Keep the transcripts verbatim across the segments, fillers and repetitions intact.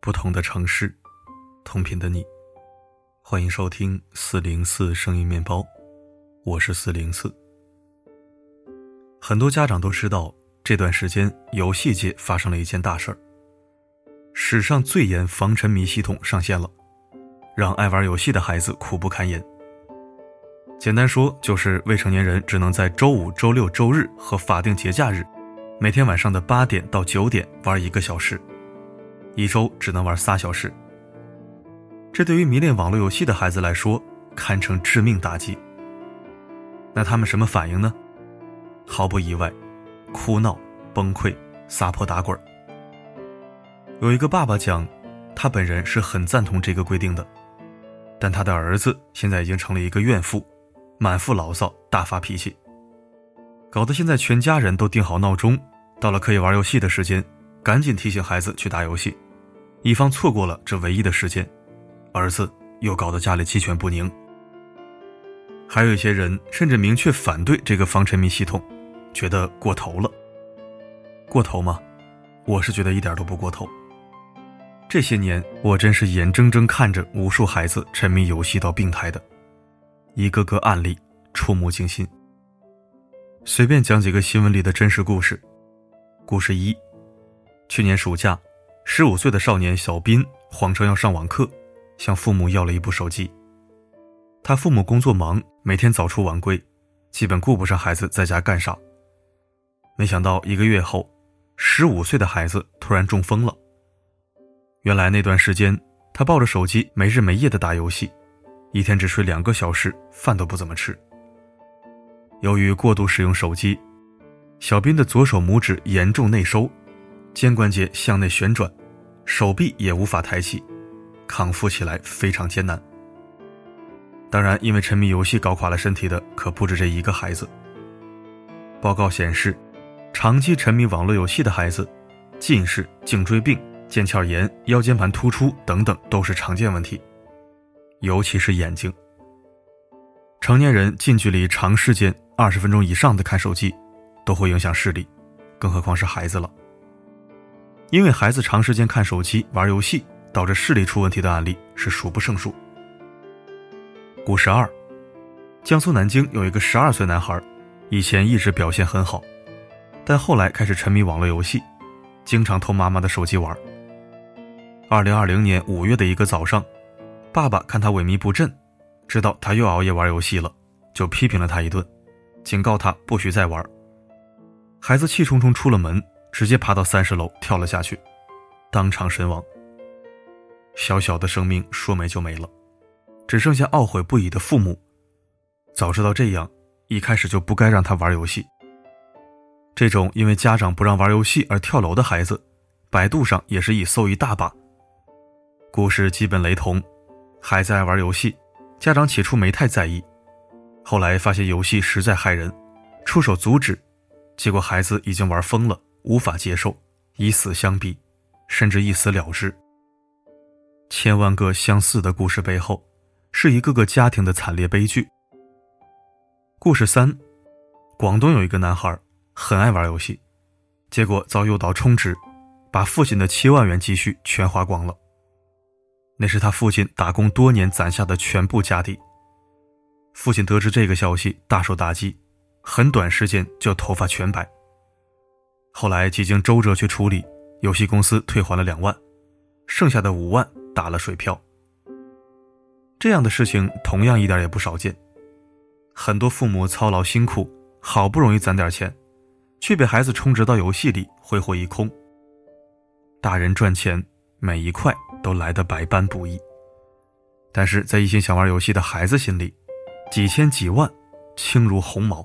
不同的城市，同频的你，欢迎收听四零四声音面包，我是四零四。很多家长都知道，这段时间游戏界发生了一件大事儿，史上最严防沉迷系统上线了，让爱玩游戏的孩子苦不堪言。简单说，就是未成年人只能在周五、周六、周日和法定节假日，每天晚上的八点到九点玩一个小时，一周只能玩仨小时。这对于迷恋网络游戏的孩子来说，堪称致命打击。那他们什么反应呢？毫不意外，哭闹、崩溃、撒泼打滚。有一个爸爸讲，他本人是很赞同这个规定的，但他的儿子现在已经成了一个怨妇，满腹牢骚，大发脾气，搞得现在全家人都定好闹钟，到了可以玩游戏的时间，赶紧提醒孩子去打游戏，以防错过了这唯一的时间，儿子又搞得家里鸡犬不宁。还有一些人甚至明确反对这个防沉迷系统，觉得过头了。过头吗？我是觉得一点都不过头。这些年我真是眼睁睁看着无数孩子沉迷游戏到病态的，一个个案例触目惊心。随便讲几个新闻里的真实故事。故事一，去年暑假，十五岁的少年小斌谎称要上网课，向父母要了一部手机。他父母工作忙，每天早出晚归，基本顾不上孩子在家干啥。没想到一个月后，十五岁的孩子突然中风了。原来那段时间，他抱着手机没日没夜地打游戏，一天只睡两个小时，饭都不怎么吃。由于过度使用手机，小斌的左手拇指严重内收，肩关节向内旋转，手臂也无法抬起，康复起来非常艰难。当然，因为沉迷游戏搞垮了身体的可不止这一个孩子。报告显示，长期沉迷网络游戏的孩子，近视、颈椎病、腱鞘炎、腰间盘突出等等都是常见问题，尤其是眼睛。成年人近距离长时间二十分钟以上的看手机都会影响视力，更何况是孩子了。因为孩子长时间看手机玩游戏导致视力出问题的案例是数不胜数。故事二，江苏南京有一个十二岁男孩，以前一直表现很好，但后来开始沉迷网络游戏，经常偷妈妈的手机玩。二零二零年五月的一个早上，爸爸看他萎靡不振，知道他又熬夜玩游戏了，就批评了他一顿，警告他不许再玩。孩子气冲冲出了门，直接爬到三十楼跳了下去，当场身亡。小小的生命说没就没了，只剩下懊悔不已的父母。早知道这样，一开始就不该让他玩游戏。这种因为家长不让玩游戏而跳楼的孩子，百度上也是一搜一大把。故事基本雷同，孩子爱玩游戏，家长起初没太在意，后来发现游戏实在害人，出手阻止，结果孩子已经玩疯了，无法接受，以死相逼，甚至一死了之。千万个相似的故事背后，是一个个家庭的惨烈悲剧。故事三，广东有一个男孩很爱玩游戏，结果遭诱导充值，把父亲的七万元积蓄全花光了。那是他父亲打工多年攒下的全部家底。父亲得知这个消息大受打击，很短时间就头发全白。后来几经周折去处理，游戏公司退还了两万，剩下的五万打了水漂。这样的事情同样一点也不少见，很多父母操劳辛苦，好不容易攒点钱，却被孩子充值到游戏里挥霍一空。大人赚钱每一块都来得百般不易，但是在一心想玩游戏的孩子心里，几千几万轻如鸿毛。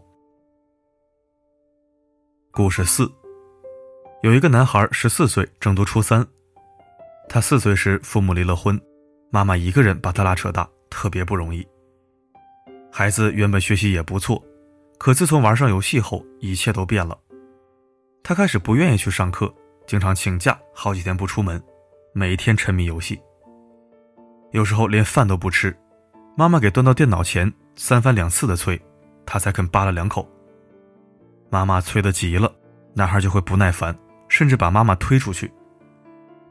故事四，有一个男孩十四岁，正读初三。他四岁时父母离了婚，妈妈一个人把他拉扯大，特别不容易。孩子原本学习也不错，可自从玩上游戏后，一切都变了。他开始不愿意去上课，经常请假好几天不出门，每天沉迷游戏。有时候连饭都不吃，妈妈给端到电脑前，三番两次的催，他才肯扒了两口。妈妈催得急了，男孩就会不耐烦，甚至把妈妈推出去。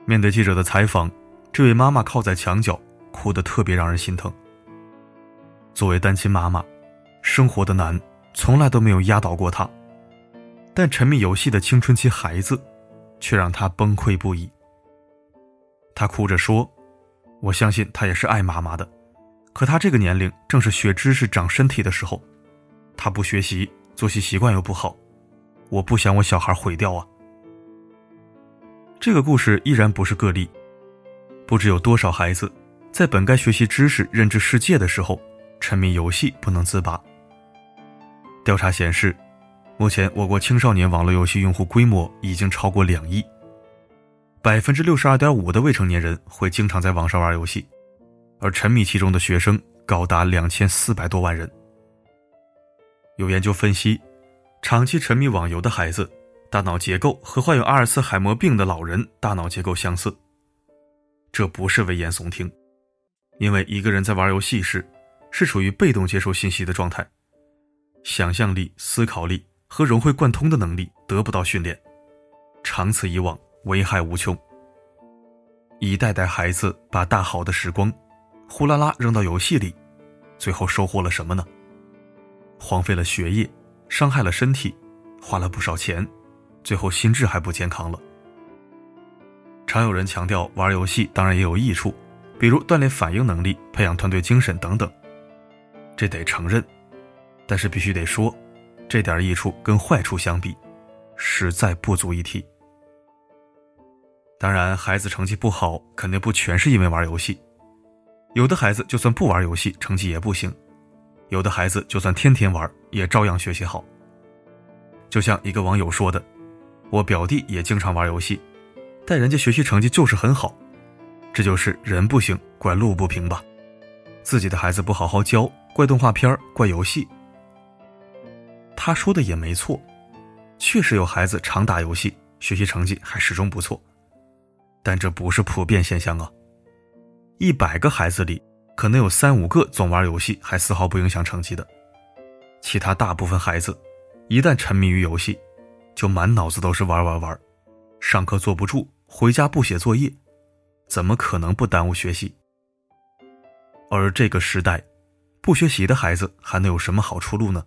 面对记者的采访，这位妈妈靠在墙角，哭得特别让人心疼。作为单亲妈妈，生活的难从来都没有压倒过她，但沉迷游戏的青春期孩子却让她崩溃不已。她哭着说，我相信她也是爱妈妈的，可她这个年龄正是学知识长身体的时候，她不学习，作息习惯又不好，我不想我小孩毁掉啊。这个故事依然不是个例，不知有多少孩子在本该学习知识认知世界的时候沉迷游戏不能自拔。调查显示，目前我国青少年网络游戏用户规模已经超过两亿， 百分之六十二点五 的未成年人会经常在网上玩游戏，而沉迷其中的学生高达两千四百多万人。有研究分析，长期沉迷网游的孩子大脑结构和患有阿尔茨海默病的老人大脑结构相似。这不是危言耸听，因为一个人在玩游戏时是处于被动接受信息的状态，想象力、思考力和融会贯通的能力得不到训练，长此以往危害无穷。一代代孩子把大好的时光呼啦啦扔到游戏里，最后收获了什么呢？荒废了学业，伤害了身体，花了不少钱，最后心智还不健康了。常有人强调玩游戏当然也有益处，比如锻炼反应能力，培养团队精神等等，这得承认，但是必须得说，这点益处跟坏处相比实在不足一提。当然孩子成绩不好肯定不全是因为玩游戏，有的孩子就算不玩游戏成绩也不行，有的孩子就算天天玩也照样学习好。就像一个网友说的，我表弟也经常玩游戏，但人家学习成绩就是很好，这就是人不行怪路不平吧，自己的孩子不好好教，怪动画片怪游戏。他说的也没错，确实有孩子常打游戏，学习成绩还始终不错，但这不是普遍现象啊。一百个孩子里可能有三五个总玩游戏还丝毫不影响成绩的，其他大部分孩子一旦沉迷于游戏，就满脑子都是玩玩玩，上课坐不住，回家不写作业，怎么可能不耽误学习？而这个时代，不学习的孩子还能有什么好出路呢？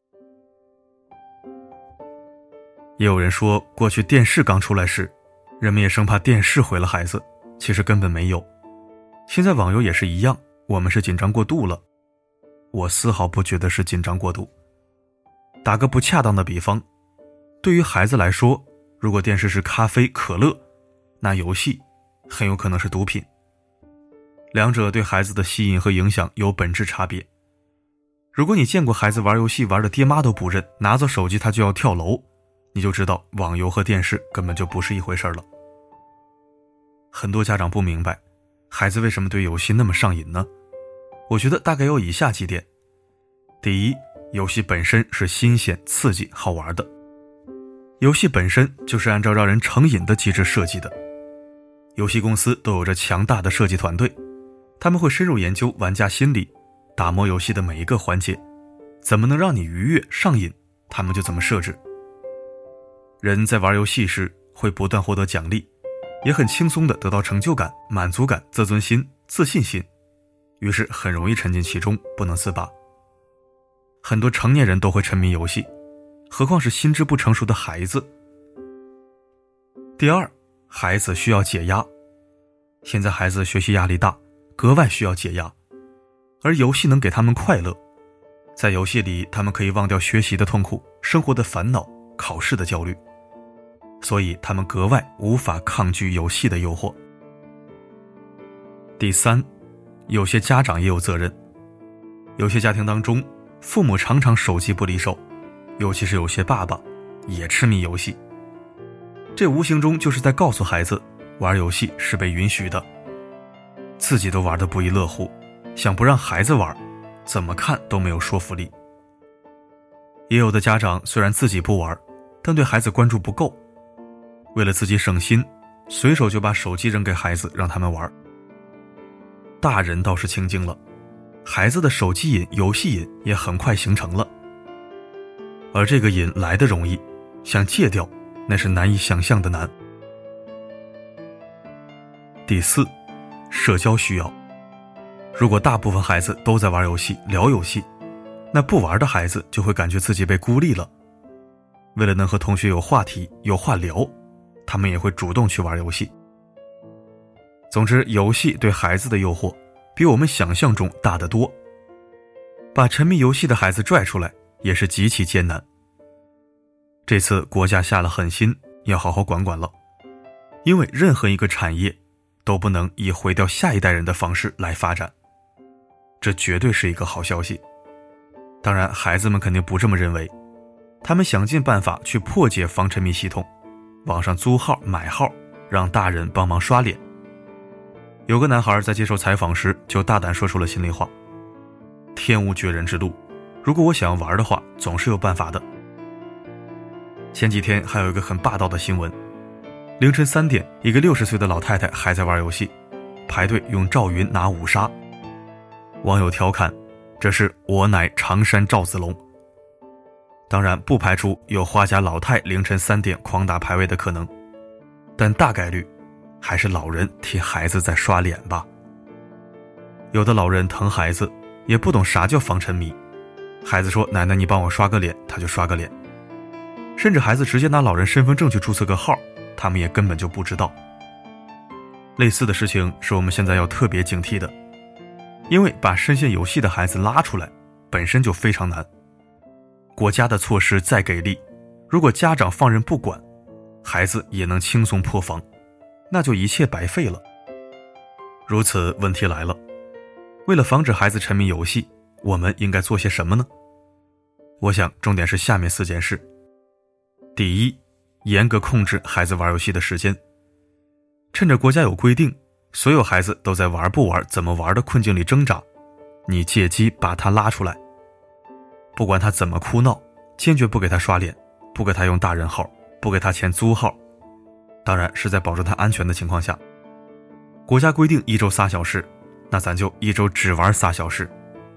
也有人说，过去电视刚出来时，人们也生怕电视毁了孩子，其实根本没有。现在网游也是一样，我们是紧张过度了。我丝毫不觉得是紧张过度。打个不恰当的比方，对于孩子来说，如果电视是咖啡、可乐，那游戏很有可能是毒品。两者对孩子的吸引和影响有本质差别。如果你见过孩子玩游戏玩的爹妈都不认，拿着手机他就要跳楼，你就知道网游和电视根本就不是一回事了。很多家长不明白，孩子为什么对游戏那么上瘾呢？我觉得大概有以下几点。第一，游戏本身是新鲜、刺激、好玩的。游戏本身就是按照让人成瘾的机制设计的。游戏公司都有着强大的设计团队，他们会深入研究玩家心理，打磨游戏的每一个环节，怎么能让你愉悦上瘾，他们就怎么设置。人在玩游戏时会不断获得奖励，也很轻松地得到成就感、满足感、自尊心、自信心，于是很容易沉浸其中，不能自拔。很多成年人都会沉迷游戏，何况是心智不成熟的孩子。第二，孩子需要解压。现在孩子学习压力大，格外需要解压，而游戏能给他们快乐。在游戏里，他们可以忘掉学习的痛苦、生活的烦恼、考试的焦虑，所以他们格外无法抗拒游戏的诱惑。第三，有些家长也有责任。有些家庭当中，父母常常手机不离手，尤其是有些爸爸也痴迷游戏，这无形中就是在告诉孩子，玩游戏是被允许的。自己都玩得不亦乐乎，想不让孩子玩，怎么看都没有说服力。也有的家长虽然自己不玩，但对孩子关注不够，为了自己省心，随手就把手机扔给孩子让他们玩。大人倒是清静了，孩子的手机瘾、游戏瘾也很快形成了。而这个瘾来得容易，想戒掉那是难以想象的难。 第四，社交需要。如果大部分孩子都在玩游戏聊游戏，那不玩的孩子就会感觉自己被孤立了。为了能和同学有话题有话聊，他们也会主动去玩游戏。总之，游戏对孩子的诱惑比我们想象中大得多，把沉迷游戏的孩子拽出来也是极其艰难。这次国家下了狠心，要好好管管了，因为任何一个产业都不能以毁掉下一代人的方式来发展，这绝对是一个好消息。当然孩子们肯定不这么认为，他们想尽办法去破解防沉迷系统，网上租号买号，让大人帮忙刷脸。有个男孩在接受采访时就大胆说出了心里话，天无绝人之路，如果我想要玩的话，总是有办法的。前几天还有一个很霸道的新闻，凌晨三点，一个六十岁的老太太还在玩游戏，排队用赵云拿五杀。网友调侃，这是我乃常山赵子龙。当然不排除有花家老太凌晨三点狂打排位的可能，但大概率还是老人替孩子在刷脸吧。有的老人疼孩子，也不懂啥叫防沉迷，孩子说奶奶你帮我刷个脸，他就刷个脸，甚至孩子直接拿老人身份证去注册个号，他们也根本就不知道。类似的事情是我们现在要特别警惕的，因为把深陷游戏的孩子拉出来本身就非常难。国家的措施再给力，如果家长放任不管，孩子也能轻松破防，那就一切白费了。如此问题来了，为了防止孩子沉迷游戏，我们应该做些什么呢？我想重点是下面四件事。第一，严格控制孩子玩游戏的时间。趁着国家有规定，所有孩子都在玩不玩怎么玩的困境里挣扎，你借机把他拉出来，不管他怎么哭闹，坚决不给他刷脸，不给他用大人号，不给他钱租号，当然是在保证他安全的情况下。国家规定一周仨小时，那咱就一周只玩仨小时。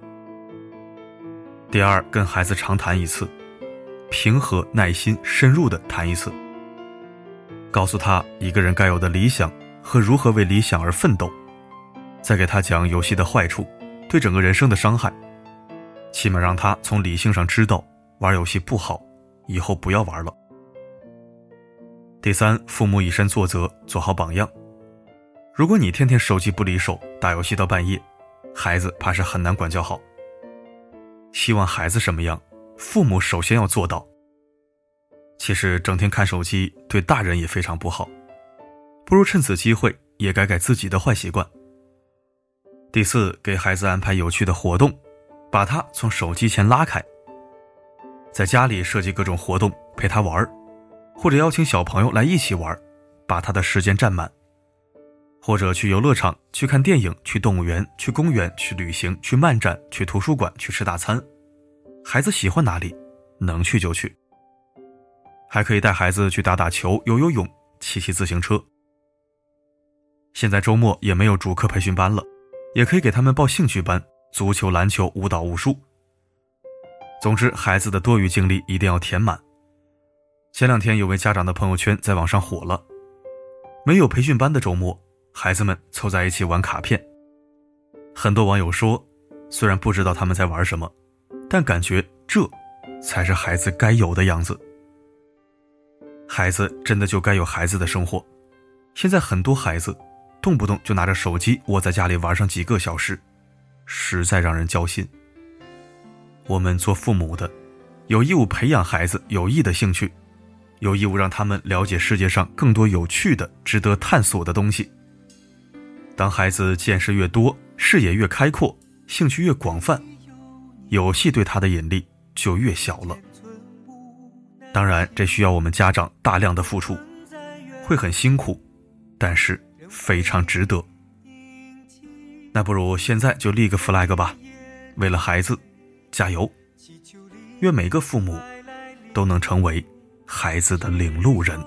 第二，跟孩子长谈一次，平和耐心深入的谈一次，告诉他一个人该有的理想和如何为理想而奋斗，再给他讲游戏的坏处对整个人生的伤害，起码让他从理性上知道玩游戏不好，以后不要玩了。第三，父母以身作则，做好榜样。如果你天天手机不离手，打游戏到半夜，孩子怕是很难管教好。希望孩子什么样，父母首先要做到。其实整天看手机对大人也非常不好，不如趁此机会也改改自己的坏习惯。第四，给孩子安排有趣的活动，把他从手机前拉开，在家里设计各种活动陪他玩，或者邀请小朋友来一起玩，把他的时间占满，或者去游乐场，去看电影，去动物园，去公园，去旅行，去漫展，去图书馆，去吃大餐，孩子喜欢哪里能去就去。还可以带孩子去打打球，游游泳，骑骑自行车。现在周末也没有主课培训班了，也可以给他们报兴趣班，足球、篮球、舞蹈、武术。总之孩子的多余精力一定要填满。前两天有位家长的朋友圈在网上火了，没有培训班的周末，孩子们凑在一起玩卡片。很多网友说，虽然不知道他们在玩什么，但感觉这才是孩子该有的样子。孩子真的就该有孩子的生活，现在很多孩子动不动就拿着手机窝在家里玩上几个小时，实在让人焦心。我们做父母的有义务培养孩子有益的兴趣，有义务让他们了解世界上更多有趣的值得探索的东西。当孩子见识越多，视野越开阔，兴趣越广泛，游戏对他的引力就越小了。当然这需要我们家长大量的付出，会很辛苦，但是非常值得。那不如现在就立个 flag 吧，为了孩子加油，愿每个父母都能成为孩子的领路人。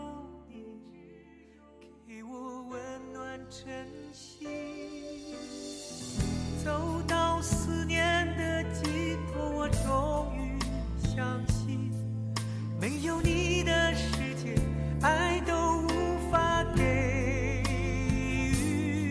走到思念的尽头，我终于相信，没有你的世界，爱都无法给予。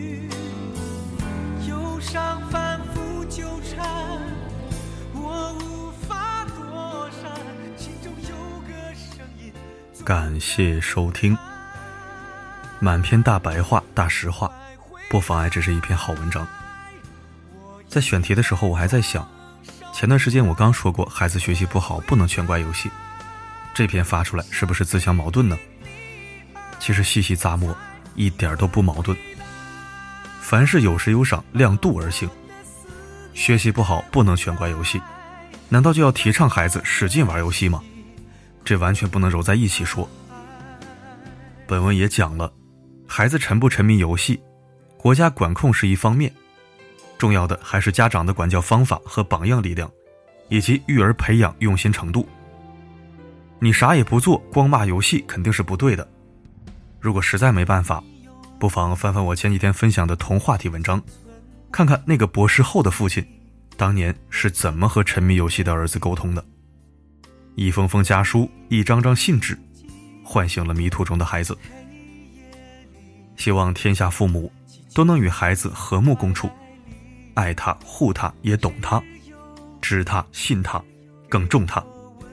上反复纠缠，我无法躲闪，心中有个声音。 感谢收听。满篇大白话大实话，不妨碍这是一篇好文章。在选题的时候我还在想，前段时间我刚说过孩子学习不好不能全怪游戏，这篇发出来是不是自相矛盾呢？其实细细咂摸一点都不矛盾。凡事有时有赏，量度而行。学习不好不能全怪游戏，难道就要提倡孩子使劲玩游戏吗？这完全不能揉在一起说。本文也讲了，孩子沉不沉迷游戏，国家管控是一方面，重要的还是家长的管教方法和榜样力量，以及育儿培养用心程度。你啥也不做，光骂游戏肯定是不对的。如果实在没办法，不妨翻翻我前几天分享的同话题文章，看看那个博士后的父亲当年是怎么和沉迷游戏的儿子沟通的。一封封家书，一张张信纸，唤醒了迷途中的孩子。希望天下父母都能与孩子和睦共处，爱他护他也懂他，知他信他更重他。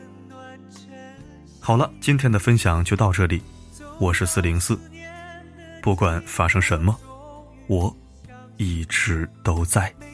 好了，今天的分享就到这里，我是四零四，不管发生什么，我一直都在。